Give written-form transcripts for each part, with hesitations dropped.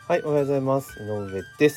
はい、おはようございます。井上です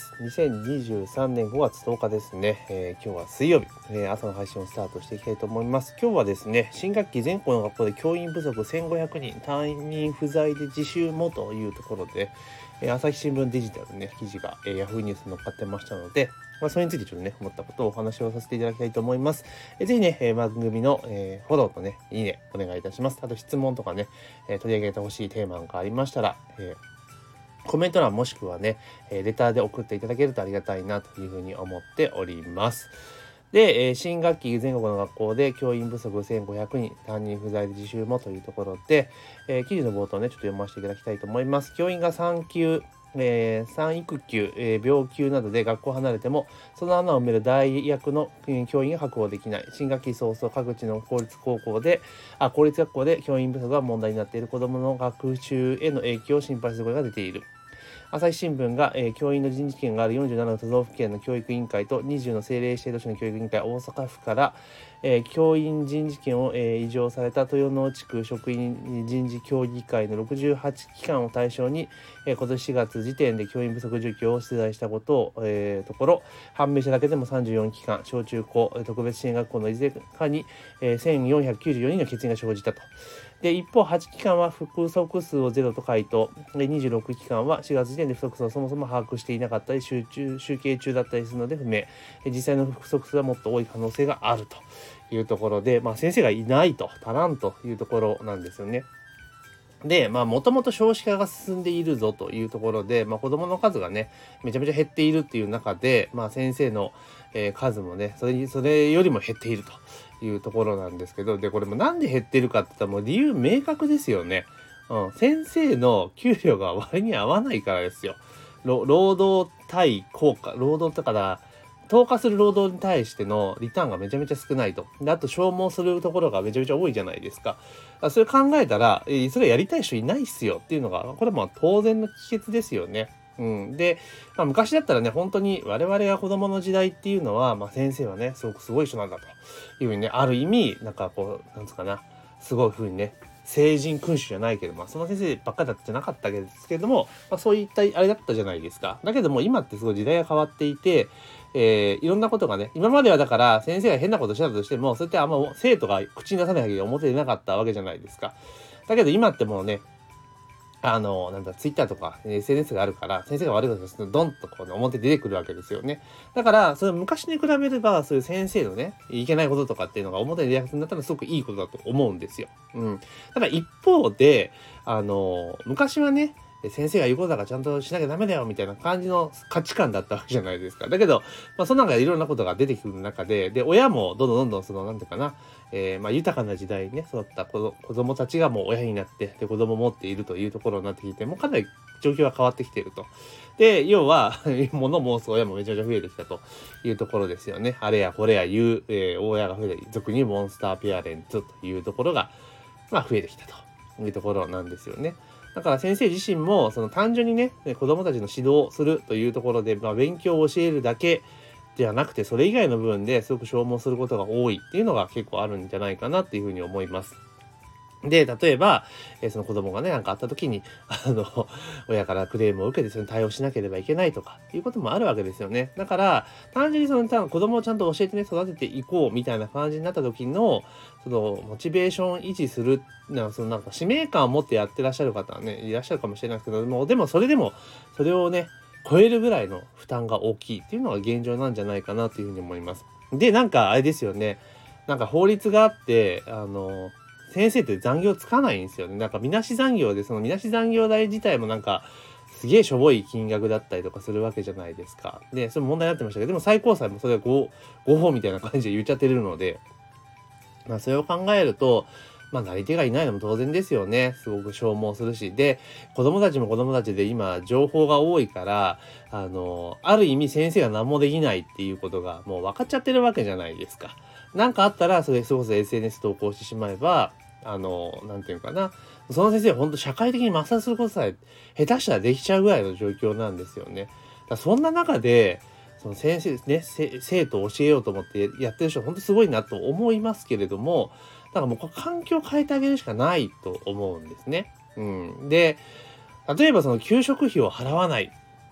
。2023年5月10日ですね。今日は水曜日、朝の配信をスタートしていきたいと思います。今日はですね、新学期全校の学校で教員不足1500人、担任不在で自習もというところで、朝日新聞デジタルね、記事が、Yahoo ニュースに載っかってましたので、それについてちょっとね、思ったことをお話をさせていただきたいと思います。ぜひね、番組の、フォローとね、いいね、お願いいたします。あと質問とかね、取り上げてほしいテーマなんかありましたら、コメント欄もしくはね、レターで送っていただけるとありがたいなというふうに思っております。で、新学期全国の学校で教員不足1500人、担任不在で自習もというところで、記事の冒頭ね、ちょっと読ませていただきたいと思います。教員が産休、産育休、病休などで学校を離れても、その穴を埋める代役の教員が確保できない。新学期早々、各地の公立学校で教員不足が問題になっている子どもの学習への影響を心配する声が出ている。朝日新聞が、教員の人事権がある47の都道府県の教育委員会と20の政令指定都市の教育委員会、大阪府から、教員人事権を、移譲された豊野地区職員人事協議会の68機関を対象に、今年4月時点で教員不足状況を取材したことを、ところ判明しただけでも34機関、小中高特別支援学校のいずれかに、1494人の欠員が生じたと。で一方8機関は不足数をゼロと回答で、26機関は4月時点で不足数をそもそも把握していなかったり集計中だったりするので不明。実際の不足数はもっと多い可能性があるというところで、先生がいないと足らんというところなんですよね。で、もともと少子化が進んでいるぞというところで、子どもの数がね、めちゃめちゃ減っているっていう中で、先生の、数もね、それよりも減っているというところなんですけど、で、これもなんで減ってるかって言ったらもう理由明確ですよね。先生の給料が割に合わないからですよ。労働対効果、労働だから、投下する労働に対してのリターンがめちゃめちゃ少ないと。で、あと消耗するところがめちゃめちゃ多いじゃないですか。それ考えたら、それやりたい人いないっすよっていうのが、これも当然の帰結ですよね。で、昔だったらね、本当に我々が子供の時代っていうのは、先生はね、すごい人なんだというふうにね、ある意味、なんですかな、すごいふうにね、聖人君主じゃないけど、その先生ばっかりだったじゃなかったわけですけれども、そういったあれだったじゃないですか。だけども今ってすごい時代が変わっていて、いろんなことがね、今まではだから先生が変なことしたとしても、そうやってあんま生徒が口に出さないわけで表でなかったわけじゃないですか。だけど今ってもうね、ツイッターとか SNS があるから、先生が悪いことするとドンとこう、表出てくるわけですよね。だから、それ昔に比べれば、そういう先生のね、いけないこととかっていうのが表に出やすくなったらすごくいいことだと思うんですよ。ただ一方で、昔はね、先生が言うことだからちゃんとしなきゃダメだよみたいな感じの価値観だったわけじゃないですか。だけど、その中でいろんなことが出てくる中で、親もどんどんその、なんていうかな、豊かな時代にね、育った子供たちがもう親になって、で、子供を持っているというところになってきて、もうかなり状況が変わってきていると。で、要は、物申す親もめちゃめちゃ増えてきたというところですよね。あれやこれや言う、親が増えて、俗に言うモンスターペアレンツというところが、増えてきたというところなんですよね。だから先生自身もその単純にね、子供たちの指導をするというところで、勉強を教えるだけではなくて、それ以外の部分ですごく消耗することが多いっていうのが結構あるんじゃないかなっていうふうに思います。で、例えば、その子供がね、なんかあった時に、親からクレームを受けてそれに対応しなければいけないとか、いうこともあるわけですよね。だから、単純に子供をちゃんと教えてね、育てていこうみたいな感じになった時の、その、モチベーション維持する、使命感を持ってやってらっしゃる方はね、いらっしゃるかもしれないですけども、でもそれをね、超えるぐらいの負担が大きいっていうのが現状なんじゃないかなというふうに思います。で、あれですよね。法律があって、先生って残業つかないんですよね。みなし残業で、そのみなし残業代自体もすげえしょぼい金額だったりとかするわけじゃないですか。で、それ問題になってましたけど、でも最高裁もそれは合法みたいな感じで言っちゃってるので、それを考えると、なり手がいないのも当然ですよね。すごく消耗するし。で、子供たちも子供たちで今、情報が多いから、ある意味先生が何もできないっていうことがもう分かっちゃってるわけじゃないですか。なんかあったら、それこそ SNS 投稿してしまえば、なんていうかな。その先生は本当社会的に抹殺することさえ下手したらできちゃうぐらいの状況なんですよね。そんな中で、その先生ですね、生徒を教えようと思ってやってる人は本当すごいなと思いますけれども、もう環境を変えてあげるしかないと思うんですね。で、例えばその給食費を払わない。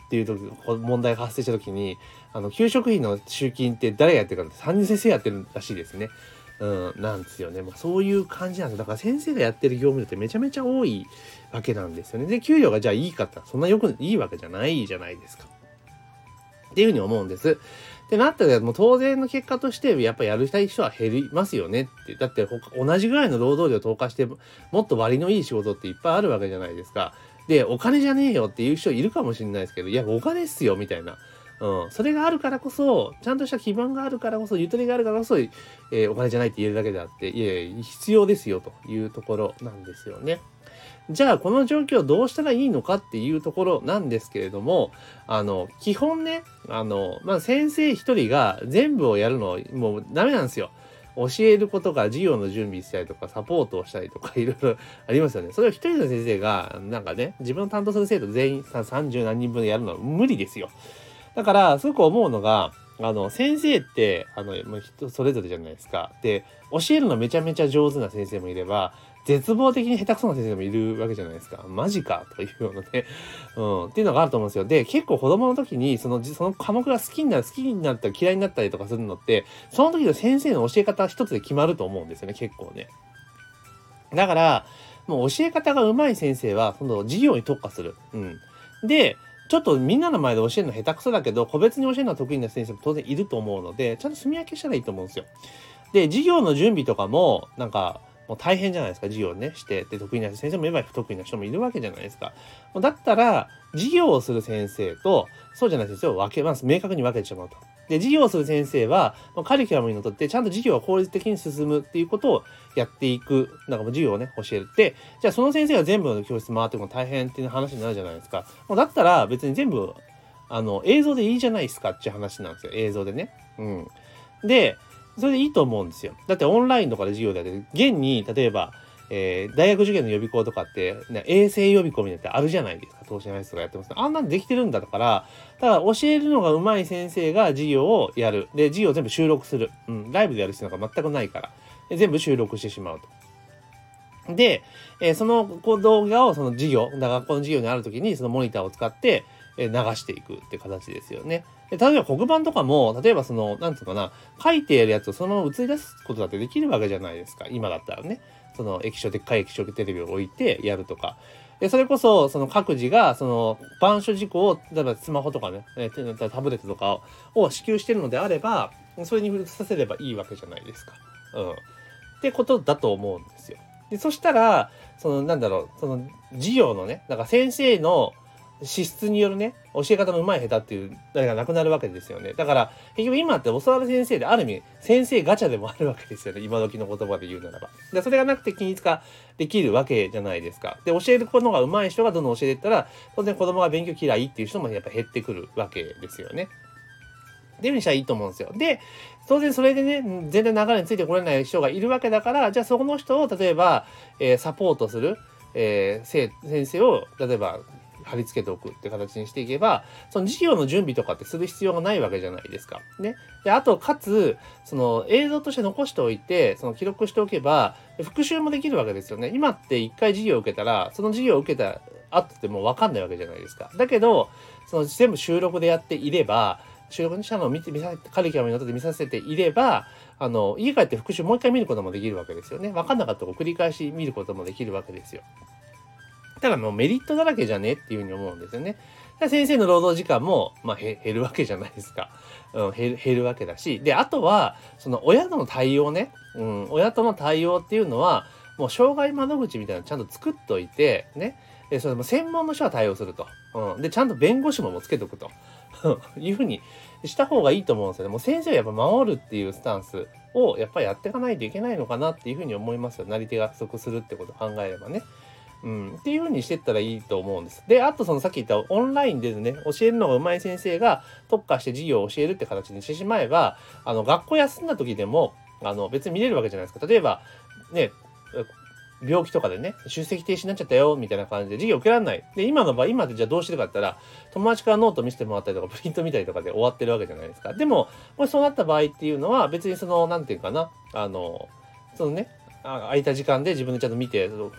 っていう時問題が発生した時に給食費の集金って誰がやってるかって担任先生やってるらしいですね。なんですよね。そういう感じなんですよ。だから先生がやってる業務量ってめちゃめちゃ多いわけなんですよね。で、給料がじゃあいいかってそんなよくいいわけじゃないじゃないですか。っていうふうに思うんです。ってなったらもう当然の結果としてやっぱやるたい人は減りますよねって。だって同じぐらいの労働量投下してもっと割のいい仕事っていっぱいあるわけじゃないですか。で、お金じゃねえよっていう人いるかもしれないですけど、いや、お金っすよみたいな。それがあるからこそ、ちゃんとした基盤があるからこそ、ゆとりがあるからこそ、お金じゃないって言えるだけであって、いやいや、必要ですよというところなんですよね。じゃあ、この状況をどうしたらいいのかっていうところなんですけれども、基本ね、先生一人が全部をやるのもうダメなんですよ。教えることが授業の準備したりとかサポートをしたりとかいろいろありますよね。それを一人の先生がなんかね、自分の担当する生徒全員30何人分でやるのは無理ですよ。だからすごく思うのが、先生って人それぞれじゃないですか。で、教えるのめちゃめちゃ上手な先生もいれば、絶望的に下手くそな先生もいるわけじゃないですか。マジかというようなね、っていうのがあると思うんですよ。で、結構子供の時にその科目が好きになったり嫌いになったりとかするのって、その時の先生の教え方一つで決まると思うんですよね、結構ね。だから、もう教え方が上手い先生は、その授業に特化する。で、ちょっとみんなの前で教えるの下手くそだけど、個別に教えるのは得意な先生も当然いると思うので、ちゃんと住み分けしたらいいと思うんですよ。で、授業の準備とかも、もう大変じゃないですか、授業をね、して。で、得意な先生もいれば不得意な人もいるわけじゃないですか。だったら、授業をする先生と、そうじゃない先生を分けます。明確に分けてしまうと。で、授業をする先生は、カリキュラムにのっとって、ちゃんと授業が効率的に進むっていうことをやっていく。もう授業をね、教えるって、じゃあその先生が全部の教室回っても大変っていう話になるじゃないですか。もうだったら別に全部、映像でいいじゃないですかっていう話なんですよ。映像でね。で、それでいいと思うんですよ。だってオンラインとかで授業でやって、現に、例えば、大学受験の予備校とかって、衛星予備校みたいなってあるじゃないですか。東進ハイスとかやってます、ね。あんなんできてるんだから、ただ教えるのが上手い先生が授業をやる。で、授業を全部収録する。ライブでやる必要なんか全くないから。で全部収録してしまうと。で、その動画をその学校の授業にあるときに、そのモニターを使って、流していくって形ですよね。で例えば黒板とかも、例えばなんつうかな、書いてやるやつをそのまま映り出すことだってできるわけじゃないですか。今だったらね。でっかい液晶テレビを置いてやるとか。で、それこそ、各自が、板書事項を、例えばスマホとかね、タブレットとかを支給してるのであれば、それに触れさせればいいわけじゃないですか。ってことだと思うんですよ。で、そしたら、授業のね、先生の資質によるね、教え方の上手い下手っていう誰がなくなるわけですよね。だから、結局今って教わる先生である意味、先生ガチャでもあるわけですよね。今時の言葉で言うならば。で、それがなくて均一化できるわけじゃないですか。で、教える子のが上手い人がどんどん教えていったら、当然子供が勉強嫌いっていう人もやっぱ減ってくるわけですよね。っていうふうにしたらいいと思うんですよ。で、当然それでね、全然流れについてこれない人がいるわけだから、じゃあそこの人を例えば、サポートする、先生を例えば貼り付けておくって形にしていけば、その授業の準備とかってする必要がないわけじゃないですか。ね。で、あと、かつ、映像として残しておいて、記録しておけば、復習もできるわけですよね。今って一回授業を受けたら、その授業を受けた後ってもうわかんないわけじゃないですか。だけど、全部収録でやっていれば、収録したのをカリキュラムにのっとって見させていれば、家帰って復習もう一回見ることもできるわけですよね。わかんなかったとこ繰り返し見ることもできるわけですよ。ただもうメリットだらけじゃねっていうふうに思うんですよね。先生の労働時間も、減るわけじゃないですか。減るわけだし。で、あとは、親との対応ね。親との対応っていうのは、もう障害窓口みたいなのちゃんと作っといて、ね。それも専門の人は対応すると。で、ちゃんと弁護士もつけとくと。いうふうにした方がいいと思うんですよね。もう先生をやっぱ守るっていうスタンスをやっぱりやっていかないといけないのかなっていうふうに思いますよ。なり手が不足するってことを考えればね。っていう風にしてったらいいと思うんです。で、あとさっき言ったオンラインでね、教えるのが上手い先生が特化して授業を教えるって形にしてしまえば、学校休んだ時でも、別に見れるわけじゃないですか。例えば、ね、病気とかでね、出席停止になっちゃったよ、みたいな感じで授業受けられない。で、今でじゃあどうしてるかって言ったら、友達からノート見せてもらったりとか、プリント見たりとかで終わってるわけじゃないですか。でも、もしそうなった場合っていうのは、別になんていうかな、空いた時間で自分でちゃんと見て、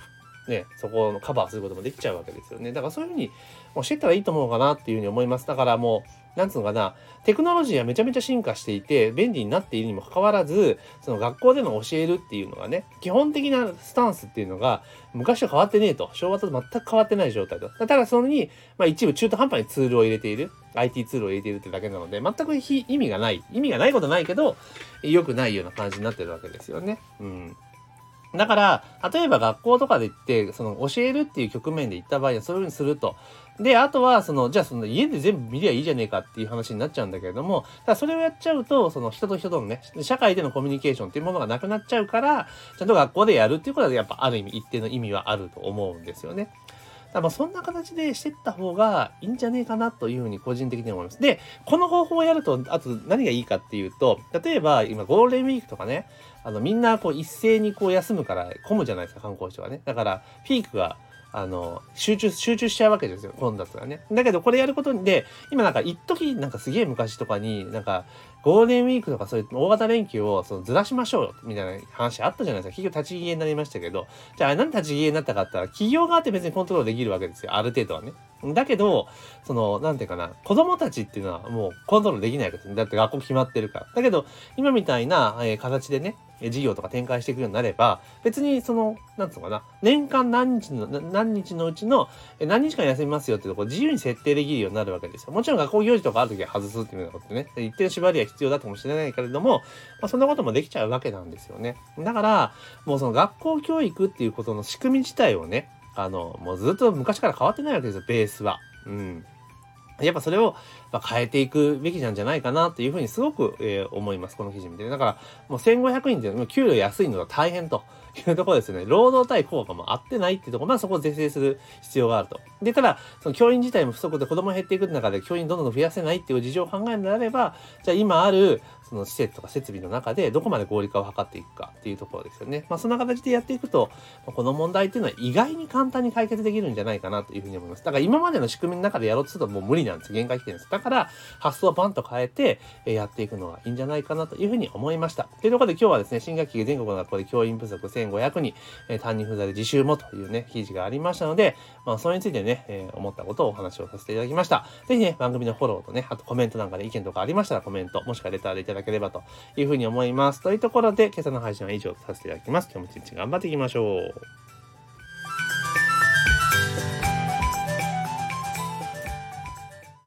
ね、そこのカバーすることもできちゃうわけですよね。だからそういうふうに教えたらいいと思うかなっていうふうに思います。だからもう、なんつうのかな、テクノロジーはめちゃめちゃ進化していて、便利になっているにもかかわらず、その学校での教えるっていうのがね、基本的なスタンスっていうのが、昔と変わってねえと。昭和と全く変わってない状態と。ただそれに、一部中途半端にツールを入れている。IT ツールを入れているってだけなので、全く意味がない。意味がないことないけど、良くないような感じになってるわけですよね。うん。だから、例えば学校とかで行って、その教えるっていう局面で行った場合はそういうふうにすると。で、あとは、じゃあその家で全部見りゃいいじゃねえかっていう話になっちゃうんだけれども、ただそれをやっちゃうと、その人と人とのね、社会でのコミュニケーションっていうものがなくなっちゃうから、ちゃんと学校でやるっていうことはやっぱある意味一定の意味はあると思うんですよね。だからそんな形でしていった方がいいんじゃねえかなというふうに個人的に思います。で、この方法をやると、あと何がいいかっていうと、例えば今ゴールデンウィークとかね、みんなこう一斉にこう休むから混むじゃないですか、観光地はね。だからピークが集中しちゃうわけですよ、混雑がね。だけどこれやることで、今なんか一時なんかすげえ昔とかになんかゴールデンウィークとかそういう大型連休をずらしましょうよみたいな話あったじゃないですか。企業立ち消えになりましたけど、じゃあなんで立ち消えになったかって言ったら、企業側って別にコントロールできるわけですよ。ある程度はね。だけど、なんていうかな、子供たちっていうのはもうコントロールできないわけですね。だって学校決まってるから。だけど、今みたいな、形でね、事業とか展開していくようになれば、別になんつうのかな、年間何日のうちの何日間休みますよっていうところ自由に設定できるようになるわけですよ。もちろん学校行事とかあるときは外すっていうようなことね、一定の縛りは必要だかもしれないけれども、そんなこともできちゃうわけなんですよね。だから、もうその学校教育っていうことの仕組み自体をね、もうずっと昔から変わってないわけですよ、ベースは。うん。やっぱそれを変えていくべきなんじゃないかなというふうにすごく、思います。この記事見て。だからもう1500円で給料安いのは大変というところですね。労働対効果も合ってないっていうところ、そこを是正する必要があると。で、ただ、その教員自体も不足で子供減っていく中で教員どんどん増やせないっていう事情を考えるのであれば、じゃあ今あるその施設とか設備の中でどこまで合理化を図っていくかっていうところですよね。そんな形でやっていくと、この問題っていうのは意外に簡単に解決できるんじゃないかなというふうに思います。だから今までの仕組みの中でやろうとするともう無理なんです。限界来てるんです。だから発想をバンと変えてやっていくのがいいんじゃないかなというふうに思いました。というところで今日はですね、新学期全国の学校で教員不足1500人、担任不在で自習もというね、記事がありましたので、それについてね、思ったことをお話をさせていただきました。ぜひね、番組のフォローとね、あとコメントなんかで意見とかありましたらコメント、もしくはレターでいただければというふうに思います。というところで、今朝の配信は以上とさせていただきます。今日も一日頑張っていきましょう。